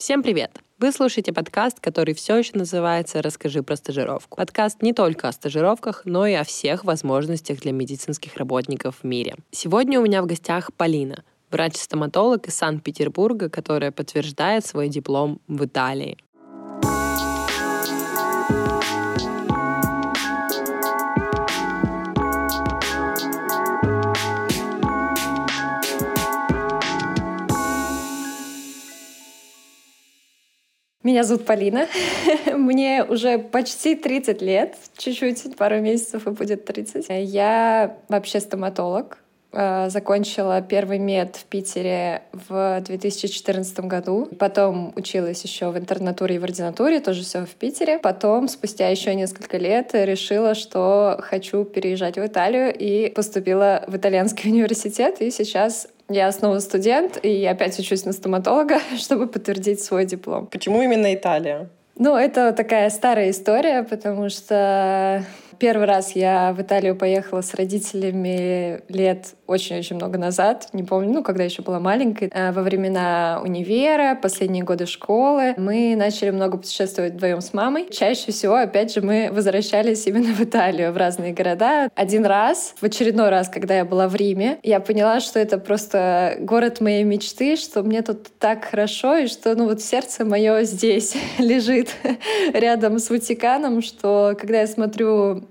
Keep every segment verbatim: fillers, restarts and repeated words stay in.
Всем привет! Вы слушаете подкаст, который все еще называется «Расскажи про стажировку». Подкаст не только о стажировках, но и о всех возможностях для медицинских работников в мире. Сегодня у меня в гостях Полина, врач-стоматолог из Санкт-Петербурга, которая подтверждает свой диплом в Италии. Меня зовут Полина. Мне уже почти тридцать лет, чуть-чуть, пару месяцев и будет тридцать. Я вообще стоматолог. Закончила первый мед в Питере в две тысячи четырнадцатом году. Потом училась еще в интернатуре и в ординатуре, тоже все в Питере. Потом, спустя еще несколько лет, решила, что хочу переезжать в Италию, и поступила в итальянский университет. И сейчас я снова студент, и опять учусь на стоматолога, чтобы подтвердить свой диплом. Почему именно Италия? Ну, это такая старая история, потому что первый раз я в Италию поехала с родителями лет очень-очень много назад. Не помню, ну, когда еще была маленькой. Во времена универа, последние годы школы. Мы начали много путешествовать вдвоем с мамой. Чаще всего, опять же, мы возвращались именно в Италию, в разные города. Один раз, в очередной раз, когда я была в Риме, я поняла, что это просто город моей мечты, что мне тут так хорошо, и что, ну, вот сердце мое здесь лежит рядом с Ватиканом, что когда я смотрю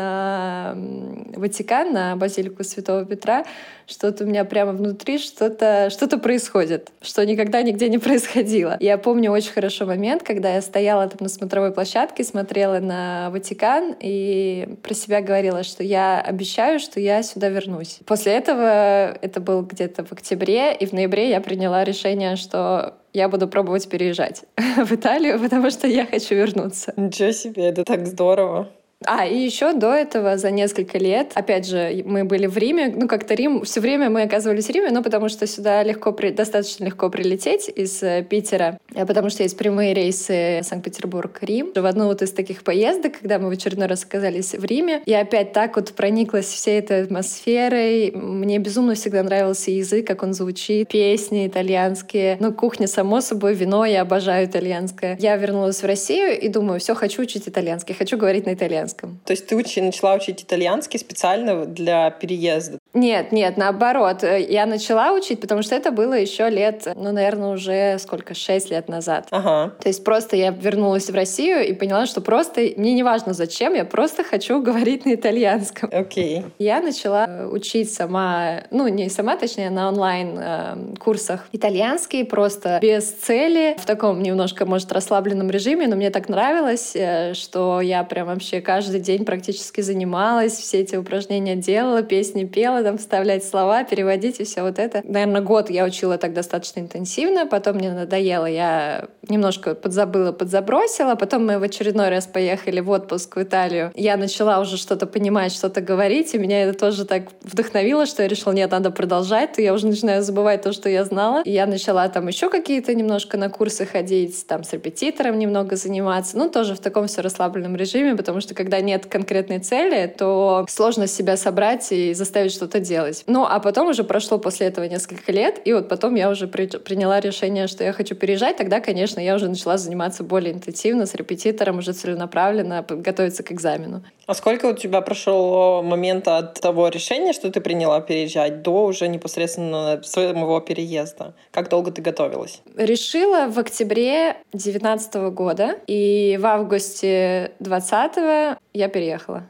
на Ватикан, на базилику Святого Петра, что-то у меня прямо внутри что-то что-то происходит, что никогда нигде не происходило. Я помню очень хорошо момент, когда я стояла там на смотровой площадке, смотрела на Ватикан и про себя говорила, что я обещаю, что я сюда вернусь. После этого, это был где-то в октябре, и в ноябре я приняла решение, что я буду пробовать переезжать в Италию, потому что я хочу вернуться. Ничего себе, это так здорово. А, и еще до этого, за несколько лет, опять же, мы были в Риме, ну, как-то Рим, все время мы оказывались в Риме, ну, потому что сюда легко, достаточно легко прилететь из Питера, потому что есть прямые рейсы Санкт-Петербург-Рим. В одну вот из таких поездок, когда мы в очередной раз оказались в Риме, я опять так вот прониклась всей этой атмосферой. Мне безумно всегда нравился язык, как он звучит, песни итальянские, ну, кухня, само собой, вино, я обожаю итальянское. Я вернулась в Россию и думаю, все, хочу учить итальянский, хочу говорить на итальянском. То есть ты учи, начала учить итальянский специально для переезда? Нет, нет, наоборот. Я начала учить, потому что это было еще лет, ну, наверное, уже сколько, шесть лет назад. Ага. То есть просто я вернулась в Россию и поняла, что просто, мне не важно зачем, я просто хочу говорить на итальянском. Окей. Okay. Я начала учить сама, ну, не сама, точнее, на онлайн-курсах итальянский, просто без цели, в таком немножко, может, расслабленном режиме, но мне так нравилось, что я прям вообще каждый день практически занималась, все эти упражнения делала, песни пела, там, вставлять слова, переводить и все вот это. Наверное, год я учила так достаточно интенсивно, потом мне надоело, я немножко подзабыла, подзабросила, потом мы в очередной раз поехали в отпуск в Италию. Я начала уже что-то понимать, что-то говорить, и меня это тоже так вдохновило, что я решила, нет, надо продолжать, то я уже начинаю забывать то, что я знала. И я начала там еще какие-то немножко на курсы ходить, там с репетитором немного заниматься, ну, тоже в таком все расслабленном режиме, потому что когда нет конкретной цели, то сложно себя собрать и заставить что-то делать. Ну, а потом уже прошло после этого несколько лет, и вот потом я уже при- приняла решение, что я хочу переезжать. Тогда, конечно, я уже начала заниматься более интенсивно, с репетитором, уже целенаправленно, готовиться к экзамену. А сколько у тебя прошло момента от того решения, что ты приняла переезжать, до уже непосредственно своего переезда? Как долго ты готовилась? Решила в октябре девятнадцатого года, и в августе двадцатого я переехала.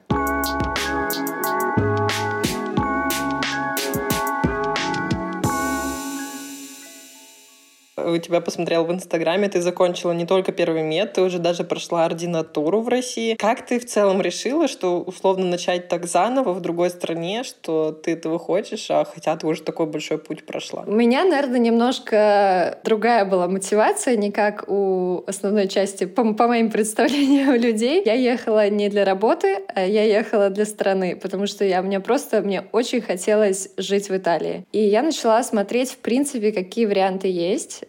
У тебя посмотрела в Инстаграме, ты закончила не только первый мед, ты уже даже прошла ординатуру в России. Как ты в целом решила, что условно начать так заново в другой стране, что ты этого хочешь, а хотя ты уже такой большой путь прошла? У меня, наверное, немножко другая была мотивация, не как у основной части, по, по моим представлениям, людей. Я ехала не для работы, а я ехала для страны, потому что я, мне просто, мне очень хотелось жить в Италии. И я начала смотреть, в принципе, какие варианты есть.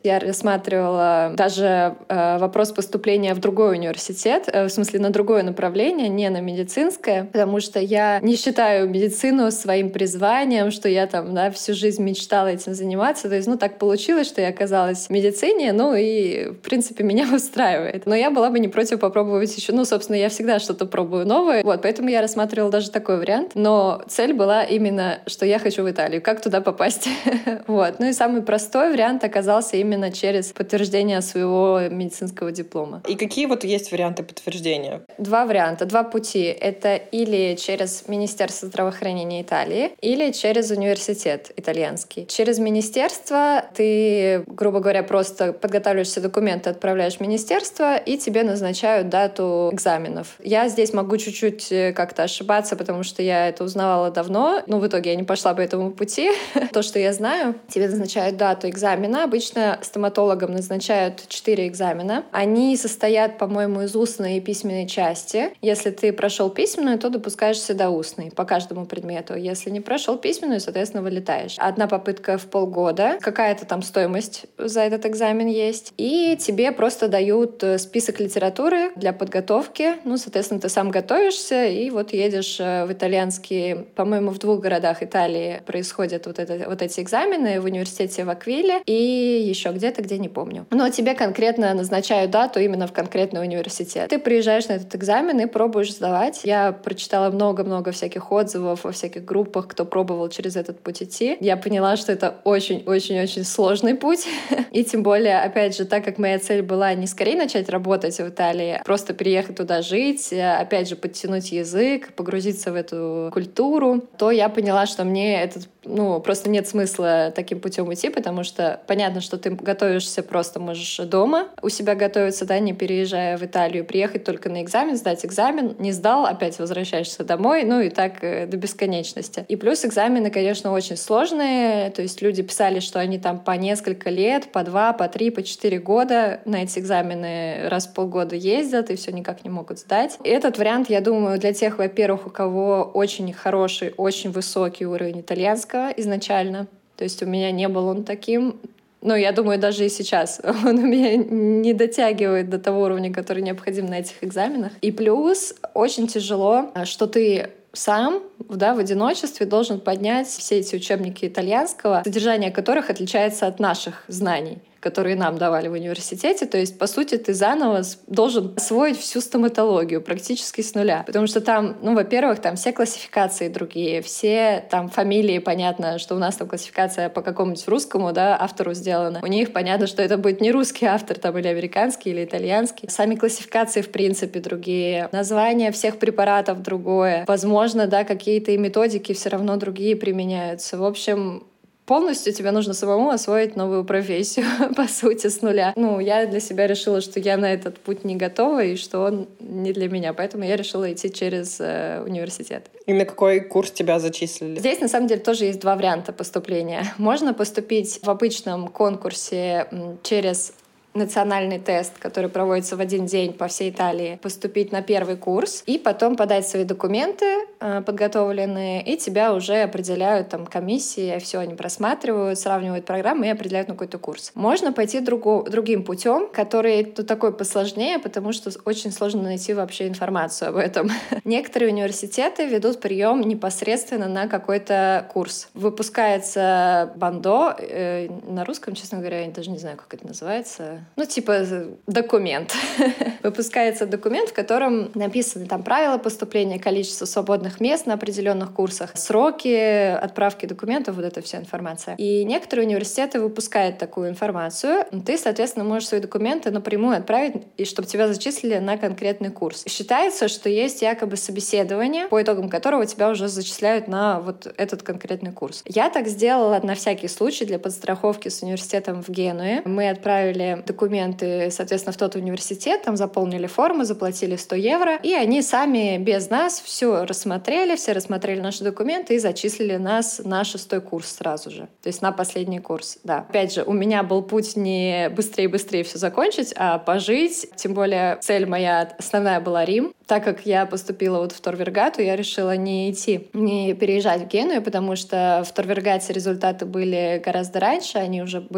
Я рассматривала даже э, вопрос поступления в другой университет, э, в смысле на другое направление, не на медицинское, потому что я не считаю медицину своим призванием, что я там, да, всю жизнь мечтала этим заниматься. То есть, ну, так получилось, что я оказалась в медицине, ну, и, в принципе, меня устраивает. Но я была бы не против попробовать еще, ну, собственно, я всегда что-то пробую новое. Вот, поэтому я рассматривала даже такой вариант. Но цель была именно, что я хочу в Италию. Как туда попасть? Вот. Ну и самый простой вариант оказался именно через подтверждение своего медицинского диплома. И какие вот есть варианты подтверждения? Два варианта, два пути. Это или через Министерство здравоохранения Италии, или через университет итальянский. Через министерство ты, грубо говоря, просто подготавливаешь все документы, отправляешь в министерство, и тебе назначают дату экзаменов. Я здесь могу чуть-чуть как-то ошибаться, потому что я это узнавала давно. Ну, в итоге я не пошла по этому пути. То, что я знаю, тебе назначают дату экзамена. Обычно стоматологам назначают четыре экзамена. Они состоят, по-моему, из устной и письменной части. Если ты прошел письменную, то допускаешься до устной по каждому предмету. Если не прошел письменную, соответственно, вылетаешь. Одна попытка в полгода. Какая-то там стоимость за этот экзамен есть. И тебе просто дают список литературы для подготовки. Ну, соответственно, ты сам готовишься и вот едешь в итальянские, по-моему, в двух городах Италии происходят вот, это, вот эти экзамены, в университете в Аквиле и еще где-то, где не помню. Но тебе конкретно назначают дату именно в конкретный университет. Ты приезжаешь на этот экзамен и пробуешь сдавать. Я прочитала много-много всяких отзывов во всяких группах, кто пробовал через этот путь идти. Я поняла, что это очень-очень-очень сложный путь. И тем более, опять же, так как моя цель была не скорее начать работать в Италии, просто переехать туда жить, опять же, подтянуть язык, погрузиться в эту культуру, то я поняла, что мне этот, ну, просто нет смысла таким путем идти, потому что понятно, что ты готовишься просто, можешь дома у себя готовиться, да, не переезжая в Италию, приехать только на экзамен, сдать экзамен, не сдал, опять возвращаешься домой, ну и так до бесконечности. И плюс экзамены, конечно, очень сложные, то есть люди писали, что они там по несколько лет, по два, по три, по четыре года на эти экзамены раз в полгода ездят и все никак не могут сдать. И этот вариант, я думаю, для тех, во-первых, у кого очень хороший, очень высокий уровень итальянского изначально, то есть у меня не был он таким. Ну, я думаю, даже и сейчас он у меня не дотягивает до того уровня, который необходим на этих экзаменах. И плюс очень тяжело, что ты сам, да, в одиночестве должен поднять все эти учебники итальянского, содержание которых отличается от наших знаний, которые нам давали в университете. То есть, по сути, ты заново должен освоить всю стоматологию практически с нуля. Потому что там, ну, во-первых, там все классификации другие, все там фамилии, понятно, что у нас там классификация по какому-нибудь русскому, да, автору сделана. У них понятно, что это будет не русский автор, там, или американский, или итальянский. Сами классификации, в принципе, другие. Название всех препаратов другое. Возможно, да, какие-то и методики все равно другие применяются. В общем, полностью тебе нужно самому освоить новую профессию, по сути, с нуля. Ну, я для себя решила, что я на этот путь не готова и что он не для меня, поэтому я решила идти через э, университет. И на какой курс тебя зачислили? Здесь, на самом деле, тоже есть два варианта поступления. Можно поступить в обычном конкурсе через национальный тест, который проводится в один день по всей Италии, поступить на первый курс и потом подать свои документы э, подготовленные, и тебя уже определяют там комиссии, все они просматривают, сравнивают программы и определяют на какой-то курс. Можно пойти другу, другим путем, который тут такой посложнее, потому что очень сложно найти вообще информацию об этом. Некоторые университеты ведут прием непосредственно на какой-то курс. Выпускается бандо, э, на русском, честно говоря, я даже не знаю, как это называется. Ну, типа документ. Выпускается документ, в котором написаны там правила поступления, количество свободных мест на определенных курсах, сроки отправки документов, вот эта вся информация. И некоторые университеты выпускают такую информацию. Ты, соответственно, можешь свои документы напрямую отправить, и чтобы тебя зачислили на конкретный курс. Считается, что есть якобы собеседование, по итогам которого тебя уже зачисляют на вот этот конкретный курс. Я так сделала на всякий случай для подстраховки с университетом в Генуе. Мы отправили документы, соответственно, в тот университет, там заполнили форму, заплатили сто евро, и они сами без нас все рассмотрели, все рассмотрели наши документы и зачислили нас на шестой курс сразу же, то есть на последний курс, да. Опять же, у меня был путь не быстрее-быстрее все закончить, а пожить, тем более цель моя основная была Рим. Так как я поступила вот в Tor Vergata, я решила не идти, не переезжать в Геную, потому что в Tor Vergata результаты были гораздо раньше, они уже были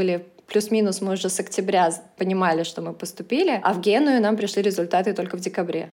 плюс-минус мы уже с октября понимали, что мы поступили, а в Геную нам пришли результаты только в декабре.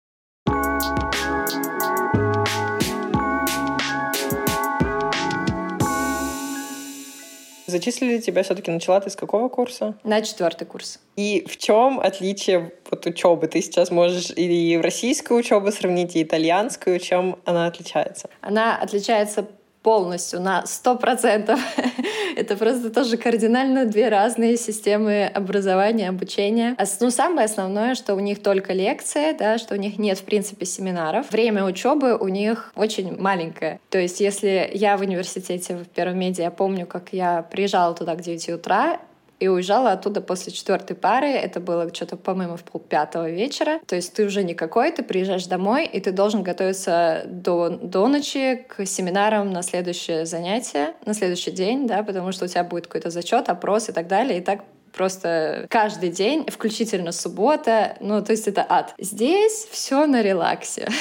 Зачислили тебя все-таки, начала ты с какого курса? На четвертый курс. И в чем отличие вот учебы? Ты сейчас можешь и российскую учебу сравнить, и итальянскую. Чем она отличается? Она отличается полностью, на сто процентов. Это просто тоже кардинально две разные системы образования, обучения. Ну, самое основное, что у них только лекции, да, что у них нет, в принципе, семинаров. Время учебы у них очень маленькое. То есть, если я в университете в Первом меди, я помню, как я приезжала туда к девяти утра, и уезжала оттуда после четвертой пары. Это было что-то, по-моему, в полпятого вечера. То есть ты уже никакой, ты приезжаешь домой, и ты должен готовиться до, до ночи к семинарам на следующее занятие, на следующий день, да, потому что у тебя будет какой-то зачет, опрос и так далее. И так просто каждый день, включительно суббота, ну, то есть это ад. Здесь все на релаксе.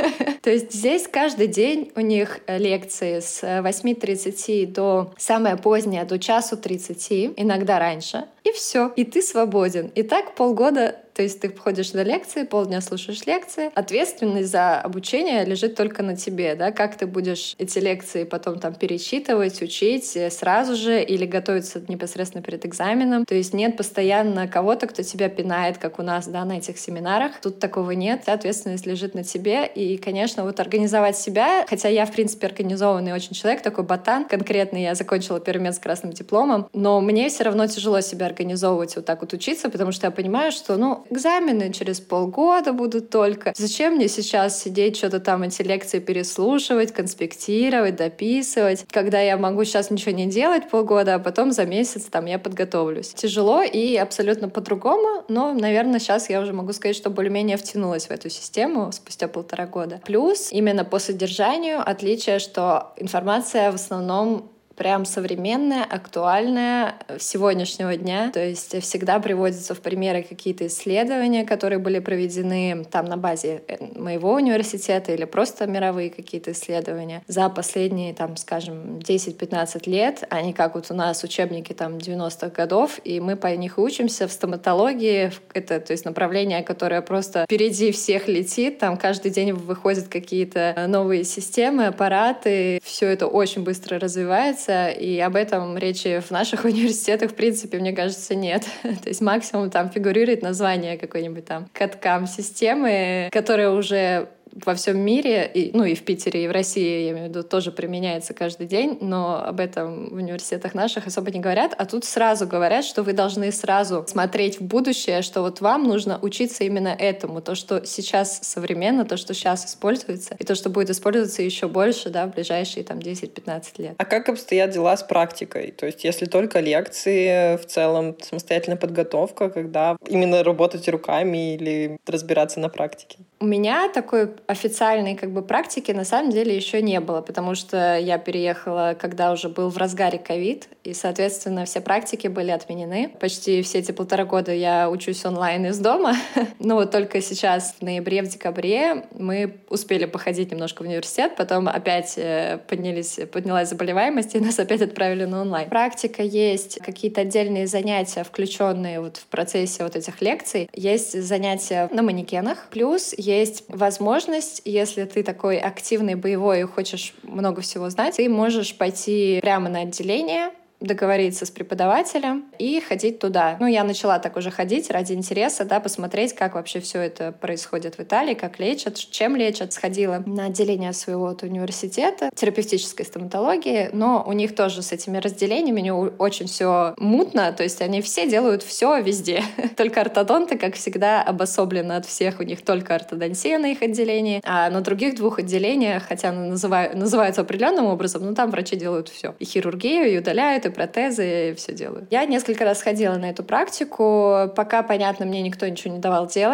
То есть здесь каждый день у них лекции с восьми тридцати до самое позднее, до часу тридцати, иногда раньше. И все. И ты свободен. И так полгода. То есть ты ходишь на лекции, полдня слушаешь лекции. Ответственность за обучение лежит только на тебе, да, как ты будешь эти лекции потом там перечитывать, учить сразу же или готовиться непосредственно перед экзаменом. То есть нет постоянно кого-то, кто тебя пинает, как у нас, да, на этих семинарах. Тут такого нет. Ответственность лежит на тебе. И, конечно, вот организовать себя, хотя я, в принципе, организованный очень человек, такой ботан. Конкретно я закончила первый мед с красным дипломом, но мне все равно тяжело себя организовывать, вот так вот учиться, потому что я понимаю, что, ну, экзамены через полгода будут только. Зачем мне сейчас сидеть, что-то там эти лекции переслушивать, конспектировать, дописывать, когда я могу сейчас ничего не делать полгода, а потом за месяц там я подготовлюсь. Тяжело и абсолютно по-другому, но, наверное, сейчас я уже могу сказать, что более-менее втянулась в эту систему спустя полтора года. Плюс именно по содержанию отличие, что информация в основном прям современная, актуальная сегодняшнего дня. То есть всегда приводятся в примеры какие-то исследования, которые были проведены там на базе моего университета или просто мировые какие-то исследования за последние, там, скажем, десять-пятнадцать лет. Они как вот у нас учебники там девяностых годов, и мы по них учимся в стоматологии. Это, то есть направление, которое просто впереди всех летит. Там каждый день выходят какие-то новые системы, аппараты. Все это очень быстро развивается. И об этом речи в наших университетах, в принципе, мне кажется, нет. То есть максимум там фигурирует название какой-нибудь там каткам системы, которая уже во всем мире, и, ну и в Питере, и в России, я имею в виду, тоже применяется каждый день, но об этом в университетах наших особо не говорят, а тут сразу говорят, что вы должны сразу смотреть в будущее, что вот вам нужно учиться именно этому, то, что сейчас современно, то, что сейчас используется, и то, что будет использоваться еще больше, да, в ближайшие там десять-пятнадцать лет. А как обстоят дела с практикой? То есть если только лекции, в целом самостоятельная подготовка, когда именно работать руками или разбираться на практике? У меня такой официальной как бы практики на самом деле еще не было, потому что я переехала, когда уже был в разгаре ковид, и, соответственно, все практики были отменены. Почти все эти полтора года я учусь онлайн из дома. Но вот только сейчас, в ноябре, в декабре, мы успели походить немножко в университет, потом опять поднялись, поднялась заболеваемость, и нас опять отправили на онлайн. Практика есть, какие-то отдельные занятия, включенные вот в процессе вот этих лекций. Есть занятия на манекенах, плюс есть возможность, если ты такой активный, боевой и хочешь много всего знать, ты можешь пойти прямо на отделение, договориться с преподавателем и ходить туда. Ну, я начала так уже ходить ради интереса, да, посмотреть, как вообще все это происходит в Италии, как лечат, чем лечат. Сходила на отделение своего вот университета терапевтической стоматологии, но у них тоже с этими разделениями не очень все мутно, то есть они все делают все везде. Только ортодонты, как всегда, обособлены от всех, у них только ортодонтия на их отделении, а на других двух отделениях, хотя они называют, называются определенным образом, но там врачи делают все. И хирургию, и удаляют, и протезы, и все делают. Я несколько раз ходила на эту практику. Пока, понятно, мне никто ничего не давал делать,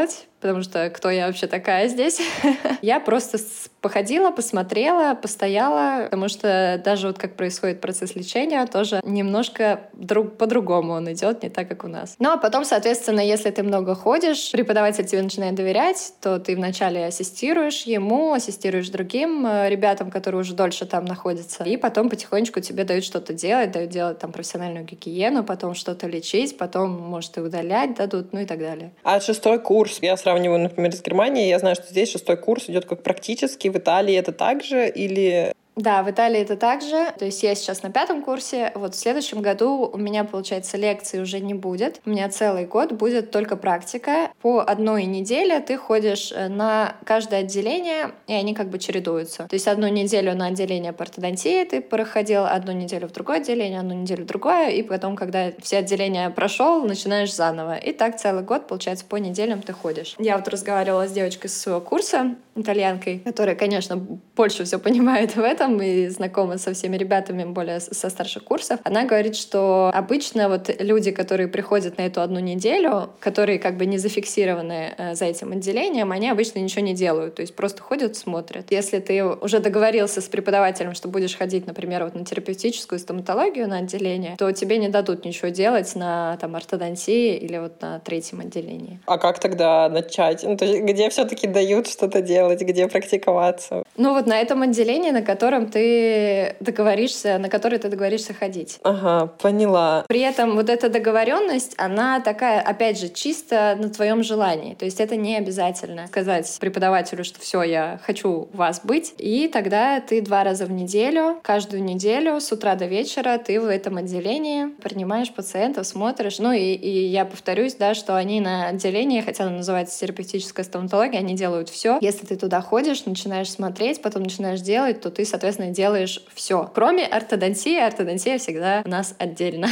потому что кто я вообще такая здесь? Я просто походила, посмотрела, постояла, потому что даже вот как происходит процесс лечения, тоже немножко друг, по-другому он идет, не так, как у нас. Ну а потом, соответственно, если ты много ходишь, преподаватель тебе начинает доверять, то ты вначале ассистируешь ему, ассистируешь другим ребятам, которые уже дольше там находятся, и потом потихонечку тебе дают что-то делать, дают делать там профессиональную гигиену, потом что-то лечить, потом, может, и удалять дадут, ну и так далее. А шестой курс, я сравниваю, например, с Германией, я знаю, что здесь шестой курс идет как практически, в Италии это так же или... Да, в Италии это так же. То есть я сейчас на пятом курсе. Вот в следующем году у меня, получается, лекций уже не будет. У меня целый год будет только практика. По одной неделе ты ходишь на каждое отделение, и они как бы чередуются. То есть одну неделю на отделение по ортодонтии ты проходил, одну неделю в другое отделение, одну неделю в другое, и потом, когда все отделения прошел, начинаешь заново. И так целый год, получается, по неделям ты ходишь. Я вот разговаривала с девочкой со своего курса, итальянкой, которая, конечно, больше всего понимает в этом, и знакома со всеми ребятами более со старших курсов, она говорит, что обычно вот люди, которые приходят на эту одну неделю, которые как бы не зафиксированы за этим отделением, они обычно ничего не делают, то есть просто ходят, смотрят. Если ты уже договорился с преподавателем, что будешь ходить, например, вот на терапевтическую стоматологию на отделение, то тебе не дадут ничего делать на там ортодонтии или вот на третьем отделении. А как тогда начать? Ну, то есть где все-таки дают что-то делать, где практиковаться? Ну вот на этом отделении, на котором ты договоришься, на который ты договоришься ходить. Ага, поняла. При этом вот эта договоренность, она такая, опять же, чисто на твоем желании. То есть это не обязательно сказать преподавателю, что все, я хочу у вас быть. И тогда ты два раза в неделю, каждую неделю с утра до вечера ты в этом отделении принимаешь пациентов, смотришь. Ну и, и я повторюсь, да, что они на отделении, хотя оно называется терапевтическая стоматология, они делают все. Если ты туда ходишь, начинаешь смотреть, потом начинаешь делать, то ты, соответственно, делаешь все. Кроме ортодонтии, ортодонтия всегда у нас отдельно.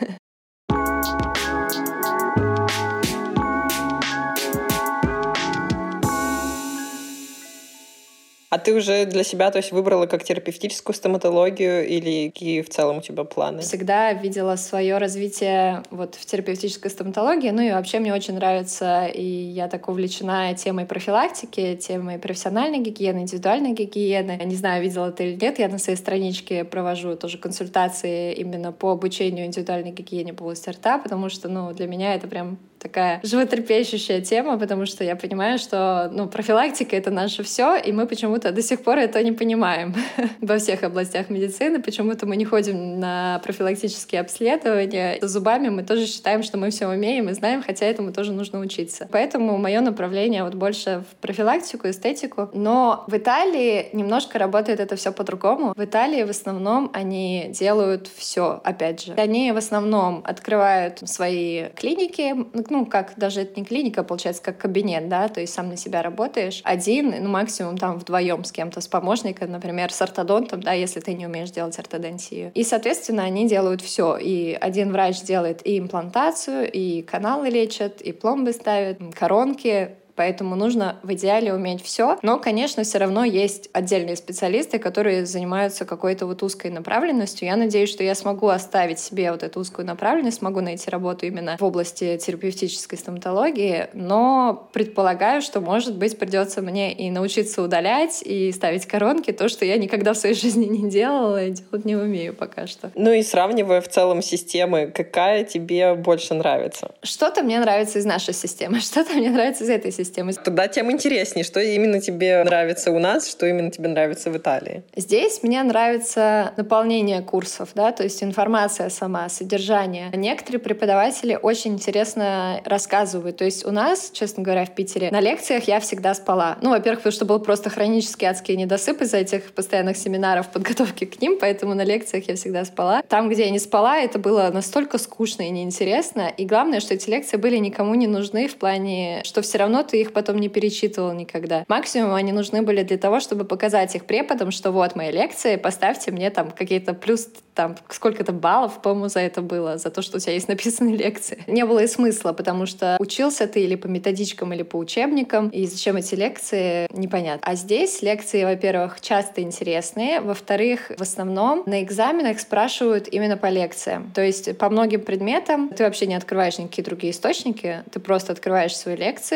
А ты уже для себя, то есть, выбрала как терапевтическую стоматологию или какие в целом у тебя планы? Всегда видела свое развитие вот в терапевтической стоматологии. Ну и вообще мне очень нравится, и я так увлечена темой профилактики, темой профессиональной гигиены, индивидуальной гигиены. Не знаю, видела ты или нет, я на своей страничке провожу тоже консультации именно по обучению индивидуальной гигиене полости рта, потому что, ну, для меня это прям такая животрепещущая тема, потому что я понимаю, что ну, профилактика — это наше все, и мы почему-то до сих пор это не понимаем во всех областях медицины. Почему-то мы не ходим на профилактические обследования. С зубами мы тоже считаем, что мы все умеем и знаем, хотя этому тоже нужно учиться. Поэтому мое направление вот больше в профилактику, эстетику. Но в Италии немножко работает это все по-другому. В Италии в основном они делают все, опять же. Они в основном открывают свои клиники, ну, как даже это не клиника, получается, как кабинет, да, то есть сам на себя работаешь один, ну, максимум там вдвоем с кем-то, с помощником, например, с ортодонтом, да, если ты не умеешь делать ортодонтию. И, соответственно, они делают все. И один врач делает и имплантацию, и каналы лечат, и пломбы ставят, коронки. Поэтому нужно в идеале уметь все. Но, конечно, все равно есть отдельные специалисты, которые занимаются какой-то вот узкой направленностью. Я надеюсь, что я смогу оставить себе вот эту узкую направленность, смогу найти работу именно в области терапевтической стоматологии, но предполагаю, что, может быть, придется мне и научиться удалять, и ставить коронки, то, что я никогда в своей жизни не делала и делать не умею пока что. Ну и сравнивая в целом системы, какая тебе больше нравится? Что-то мне нравится из нашей системы, что-то мне нравится из этой системы. Тогда тем интереснее, что именно тебе нравится у нас, что именно тебе нравится в Италии. Здесь мне нравится наполнение курсов, да, то есть информация сама, содержание. Некоторые преподаватели очень интересно рассказывают. То есть у нас, честно говоря, в Питере на лекциях я всегда спала. Ну, во-первых, потому что был просто хронический адский недосып из-за этих постоянных семинаров, подготовки к ним, поэтому на лекциях я всегда спала. Там, где я не спала, это было настолько скучно и неинтересно. И главное, что эти лекции были никому не нужны в плане, что все равно ты их потом не перечитывал никогда. Максимум они нужны были для того, чтобы показать их преподам, что вот мои лекции, поставьте мне там какие-то плюс там сколько-то баллов, по-моему, за это было, за то, что у тебя есть написанные лекции. Не было и смысла, потому что учился ты или по методичкам, или по учебникам, и зачем эти лекции, непонятно. А здесь лекции, во-первых, часто интересные, во-вторых, в основном на экзаменах спрашивают именно по лекциям. То есть по многим предметам ты вообще не открываешь никакие другие источники, ты просто открываешь свои лекции, и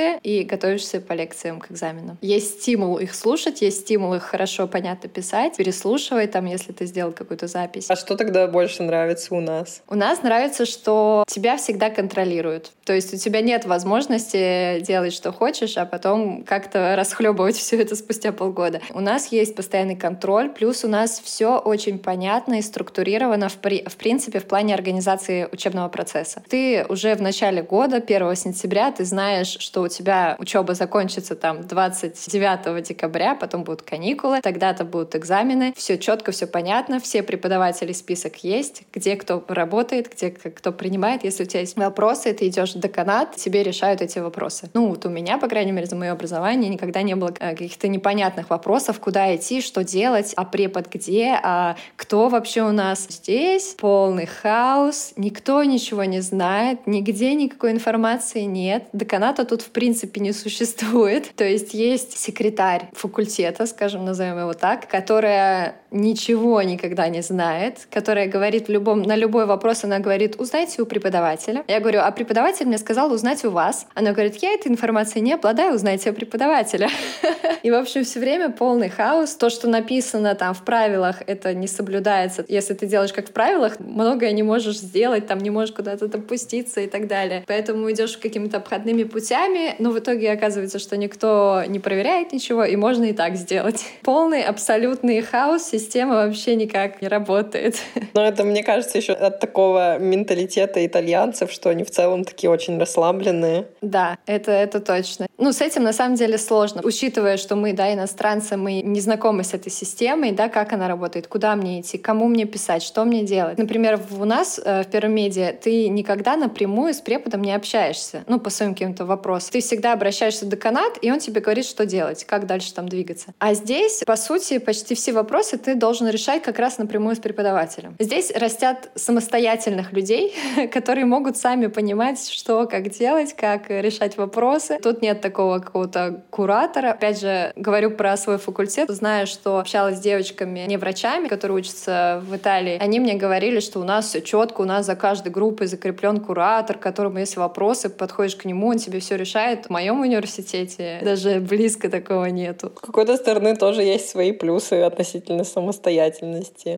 готовишься по лекциям к экзаменам. Есть стимул их слушать, есть стимул их хорошо, понятно писать, переслушивать, там, если ты сделал какую-то запись. А что тогда больше нравится у нас? У нас нравится, что тебя всегда контролируют. То есть у тебя нет возможности делать, что хочешь, а потом как-то расхлебывать все это спустя полгода. У нас есть постоянный контроль, плюс у нас все очень понятно и структурировано в, при... в принципе в плане организации учебного процесса. Ты уже в начале года, первого сентября, ты знаешь, что у тебя учеба закончится там двадцать девятого декабря, потом будут каникулы, тогда-то будут экзамены. Все четко, все понятно, все преподаватели, список есть, где кто работает, где кто принимает. Если у тебя есть вопросы, ты идешь в деканат, тебе решают эти вопросы. Ну, вот у меня, по крайней мере, за мое образование никогда не было каких-то непонятных вопросов, куда идти, что делать, а препод где, а кто вообще у нас. Здесь полный хаос, никто ничего не знает, нигде никакой информации нет. Деканата тут, в принципе, не существует. То есть есть секретарь факультета, скажем, назовем его так, которая ничего никогда не знает, которая говорит в любом, на любой вопрос, она говорит: узнайте у преподавателя. Я говорю: а преподаватель мне сказал узнать у вас. Она говорит: я этой информацией не обладаю, узнайте у преподавателя. И, в общем, все время полный хаос. То, что написано там в правилах, это не соблюдается. Если ты делаешь как в правилах, многое не можешь сделать, там не можешь куда-то допуститься и так далее. Поэтому идешь какими-то обходными путями, но в итоге оказывается, что никто не проверяет ничего, и можно и так сделать. Полный абсолютный хаос, система вообще никак не работает. Но это, мне кажется, еще от такого менталитета итальянцев, что они в целом такие очень расслабленные. Да, это, это точно. Ну, с этим на самом деле сложно, учитывая, что мы, да, иностранцы, мы не знакомы с этой системой, да, как она работает, куда мне идти, кому мне писать, что мне делать. Например, у нас э, в Первом медиа ты никогда напрямую с преподом не общаешься, ну, по своим каким-то вопросам. Ты всегда обращаешься в деканат, и он тебе говорит, что делать, как дальше там двигаться. А здесь, по сути, почти все вопросы ты должен решать как раз напрямую с преподавателем. Здесь растят самостоятельных людей, которые могут сами понимать, что, как делать, как решать вопросы. Тут нет такого какого-то куратора. Опять же, говорю про свой факультет. Знаю, что общалась с девочками, не врачами, которые учатся в Италии. Они мне говорили, что у нас все четко, у нас за каждой группой закреплен куратор, которому есть вопросы, подходишь к нему, он тебе все решает. В моем университете даже близко такого нету. С какой-то стороны тоже есть свои плюсы относительно самостоятельности.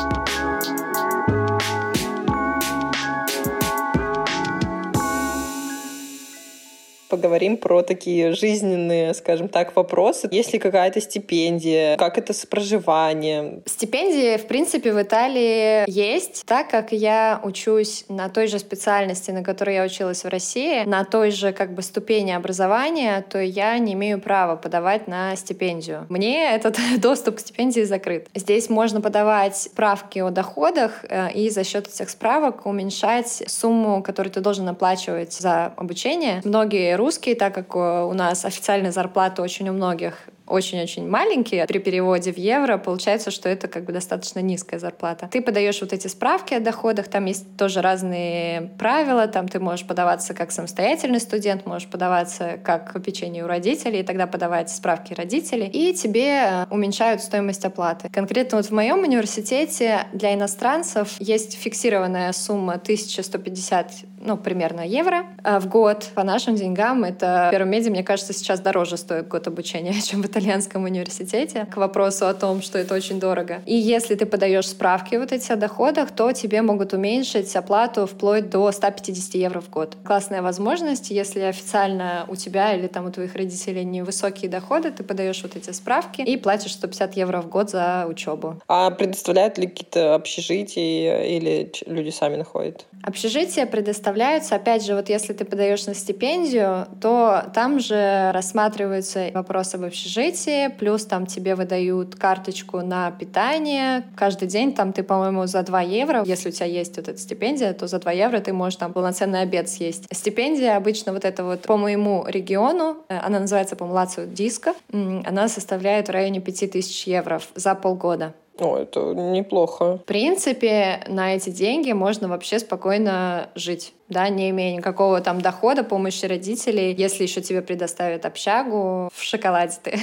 Поговорим про такие жизненные, скажем так, вопросы. Есть ли какая-то стипендия? Как это с проживанием? Стипендии, в принципе, в Италии есть. Так как я учусь на той же специальности, на которой я училась в России, на той же как бы ступени образования, то я не имею права подавать на стипендию. Мне этот доступ к стипендии закрыт. Здесь можно подавать справки о доходах и за счет этих справок уменьшать сумму, которую ты должен оплачивать за обучение. Многие русские, так как у нас официальная зарплата очень у многих очень-очень маленькие, при переводе в евро получается, что это как бы достаточно низкая зарплата. Ты подаешь вот эти справки о доходах, там есть тоже разные правила, там ты можешь подаваться как самостоятельный студент, можешь подаваться как попечение у родителей, и тогда подавать справки родителей, и тебе уменьшают стоимость оплаты. Конкретно вот в моем университете для иностранцев есть фиксированная сумма тысяча сто пятьдесят, ну, примерно евро в год. По нашим деньгам это в Первом меди, мне кажется, сейчас дороже стоит год обучения, чем в итальянском университете, к вопросу о том, что это очень дорого. И если ты подаешь справки вот эти о доходах, то тебе могут уменьшить оплату вплоть до ста пятидесяти евро в год. Классная возможность, если официально у тебя или там у твоих родителей невысокие доходы, ты подаешь вот эти справки и платишь сто пятьдесят евро в год за учебу. А предоставляют ли какие-то общежития или люди сами находят? Общежития предоставляются. Опять же, вот если ты подаешь на стипендию, то там же рассматриваются вопросы в общежитии, плюс там тебе выдают карточку на питание. Каждый день там ты, по-моему, за два евро, если у тебя есть вот эта стипендия, то за два евро ты можешь там полноценный обед съесть. Стипендия обычно вот эта вот по моему региону, она называется, по-моему, Лацио Диско, она составляет в районе пяти тысяч евро за полгода. О, это неплохо. В принципе, на эти деньги можно вообще спокойно жить. да, не имея никакого там дохода, помощи родителей, если еще тебе предоставят общагу, в шоколаде ты.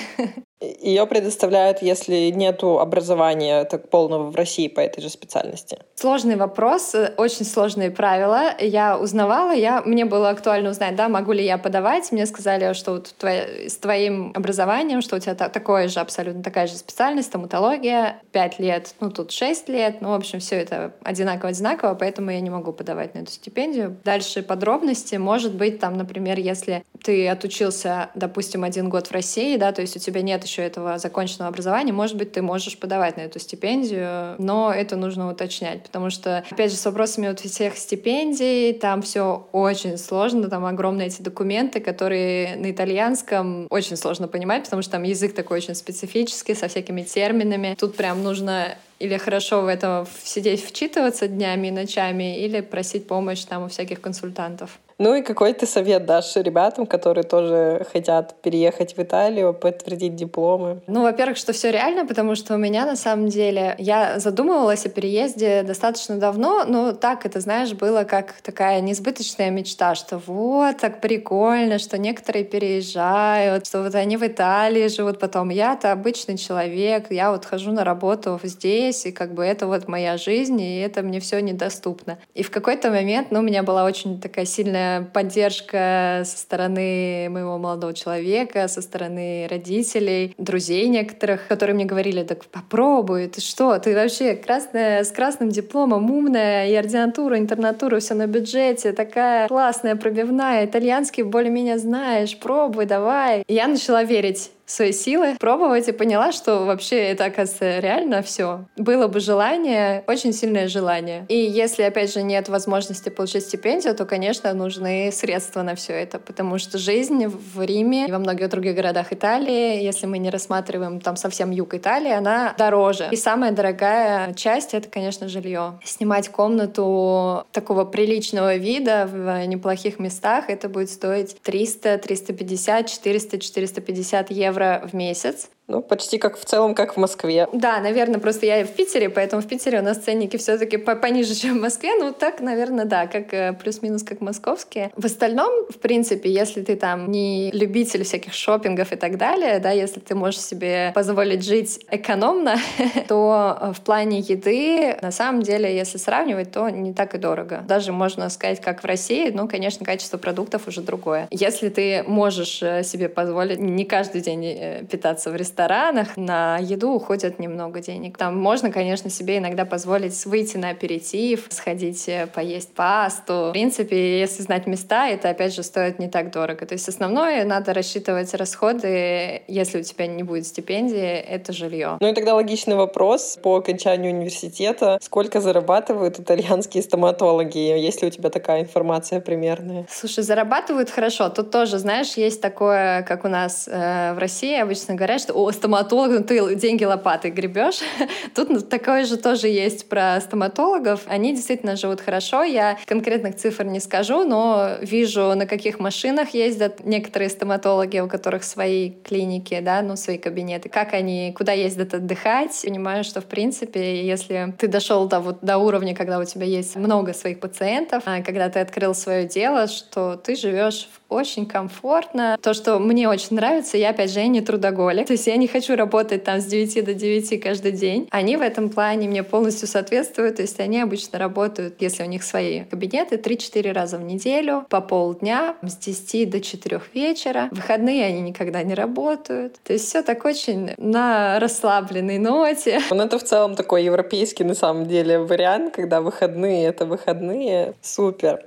Ее предоставляют, если нету образования так полного в России по этой же специальности. Сложный вопрос, очень сложные правила. Я узнавала, я, мне было актуально узнать, да, могу ли я подавать. Мне сказали, что вот твоя, с твоим образованием, что у тебя та, такое же, абсолютно такая же специальность, стоматология, пять лет, ну тут шесть лет, ну, в общем, все это одинаково-одинаково, поэтому я не могу подавать на эту стипендию. Дальше подробности. Может быть, там, например, если ты отучился, допустим, один год в России, да, то есть у тебя нет еще этого законченного образования, может быть, ты можешь подавать на эту стипендию, но это нужно уточнять, потому что, опять же, с вопросами вот всех стипендий, там все очень сложно, там огромные эти документы, которые на итальянском очень сложно понимать, потому что там язык такой очень специфический, со всякими терминами. Тут прям нужно или хорошо в это сидеть, вчитываться днями и ночами, или просить помощь там у всяких консультантов. Ну и какой ты совет дашь ребятам, которые тоже хотят переехать в Италию, подтвердить дипломы? Ну, во-первых, что все реально, потому что у меня на самом деле... Я задумывалась о переезде достаточно давно, но так это, знаешь, было как такая несбыточная мечта, что вот, так прикольно, что некоторые переезжают, что вот они в Италии живут потом. Я-то обычный человек, я вот хожу на работу здесь, и как бы это вот моя жизнь, и это мне все недоступно. И в какой-то момент, ну, у меня была очень такая сильная поддержка со стороны моего молодого человека, со стороны родителей, друзей некоторых, которые мне говорили: так попробуй, ты что, ты вообще красная, с красным дипломом, умная, и ординатура, интернатура, все на бюджете, такая классная, пробивная, итальянский более-менее знаешь, пробуй, давай. И я начала верить в свои силы, пробовать, и поняла, что вообще это, оказывается, реально все. Было бы желание, очень сильное желание. И если, опять же, нет возможности получить стипендию, то, конечно, нужны средства на все это, потому что жизнь в Риме и во многих других городах Италии, если мы не рассматриваем там совсем юг Италии, она дороже. И самая дорогая часть — это, конечно, жилье. Снимать комнату такого приличного вида в неплохих местах — это будет стоить триста, триста пятьдесят, четыреста, четыреста пятьдесят евро в месяц. Ну, почти как в целом, как в Москве. Да, наверное, просто я в Питере, поэтому в Питере у нас ценники все-таки пониже, чем в Москве. Ну, так, наверное, да, как плюс-минус как московские. В остальном, в принципе, если ты там не любитель всяких шопингов и так далее, да, если ты можешь себе позволить жить экономно, то в плане еды, на самом деле, если сравнивать, то не так и дорого. Даже можно сказать, как в России, ну, конечно, качество продуктов уже другое. Если ты можешь себе позволить не каждый день питаться в ресторане, В ресторанах на еду уходит немного денег. Там можно, конечно, себе иногда позволить выйти на аперитив, сходить поесть пасту. В принципе, если знать места, это, опять же, стоит не так дорого. То есть основное, надо рассчитывать расходы, если у тебя не будет стипендии, это жилье. Ну и тогда логичный вопрос по окончанию университета. Сколько зарабатывают итальянские стоматологи? Есть ли у тебя такая информация примерная? Слушай, зарабатывают хорошо. Тут тоже, знаешь, есть такое, как у нас э, в России обычно говорят, что о, стоматолог, ну ты деньги лопатой гребешь. Тут ну, такое же тоже есть про стоматологов. Они действительно живут хорошо. Я конкретных цифр не скажу, но вижу, на каких машинах ездят некоторые стоматологи, у которых свои клиники, да, ну, свои кабинеты. Как они, куда ездят отдыхать. Понимаю, что, в принципе, если ты дошел до, вот, до уровня, когда у тебя есть много своих пациентов, когда ты открыл свое дело, что ты живешь очень комфортно. То, что мне очень нравится, я, опять же, я не трудоголик. То есть я не хочу работать там с девяти до девяти каждый день. Они в этом плане мне полностью соответствуют. То есть они обычно работают, если у них свои кабинеты, три-четыре раза в неделю, по полдня, с десяти до четырёх вечера. В выходные они никогда не работают. То есть все так очень на расслабленной ноте. Ну, это в целом такой европейский, на самом деле, вариант, когда выходные — это выходные. Супер.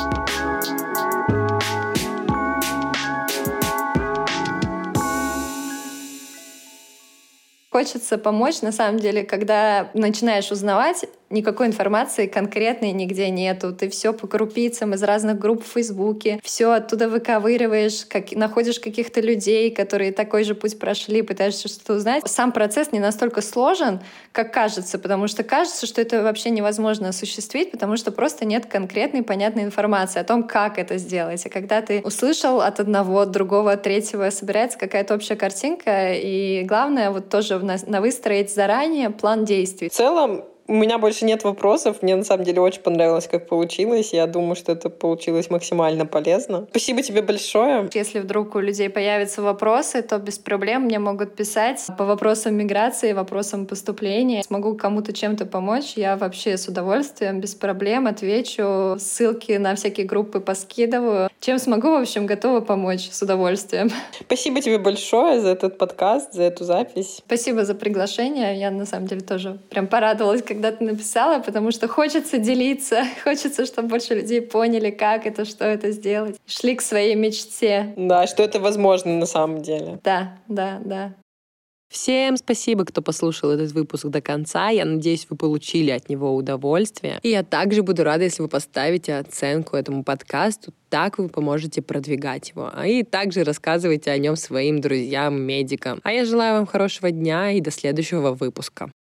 Хочется помочь, на самом деле, когда начинаешь узнавать, никакой информации конкретной нигде нету. Ты все по крупицам из разных групп в Фейсбуке, все оттуда выковыриваешь, как, находишь каких-то людей, которые такой же путь прошли, пытаешься что-то узнать. Сам процесс не настолько сложен, как кажется, потому что кажется, что это вообще невозможно осуществить, потому что просто нет конкретной понятной информации о том, как это сделать. А когда ты услышал от одного, от другого, от третьего, собирается какая-то общая картинка, и главное вот тоже на, на выстроить заранее план действий. В целом, У меня больше нет вопросов. Мне на самом деле очень понравилось, как получилось. Я думаю, что это получилось максимально полезно. Спасибо тебе большое. Если вдруг у людей появятся вопросы, то без проблем мне могут писать по вопросам миграции, вопросам поступления. Смогу кому-то чем-то помочь, я вообще с удовольствием, без проблем отвечу. Ссылки на всякие группы поскидываю. Чем смогу, в общем, готова помочь с удовольствием. Спасибо тебе большое за этот подкаст, за эту запись. Спасибо за приглашение. Я на самом деле тоже прям порадовалась, когда ты написала, потому что хочется делиться, хочется, чтобы больше людей поняли, как это, что это сделать. Шли к своей мечте. Да, что это возможно на самом деле. Да, да, да. Всем спасибо, кто послушал этот выпуск до конца. Я надеюсь, вы получили от него удовольствие. И я также буду рада, если вы поставите оценку этому подкасту. Так вы поможете продвигать его. И также рассказывайте о нем своим друзьям, медикам. А я желаю вам хорошего дня и до следующего выпуска.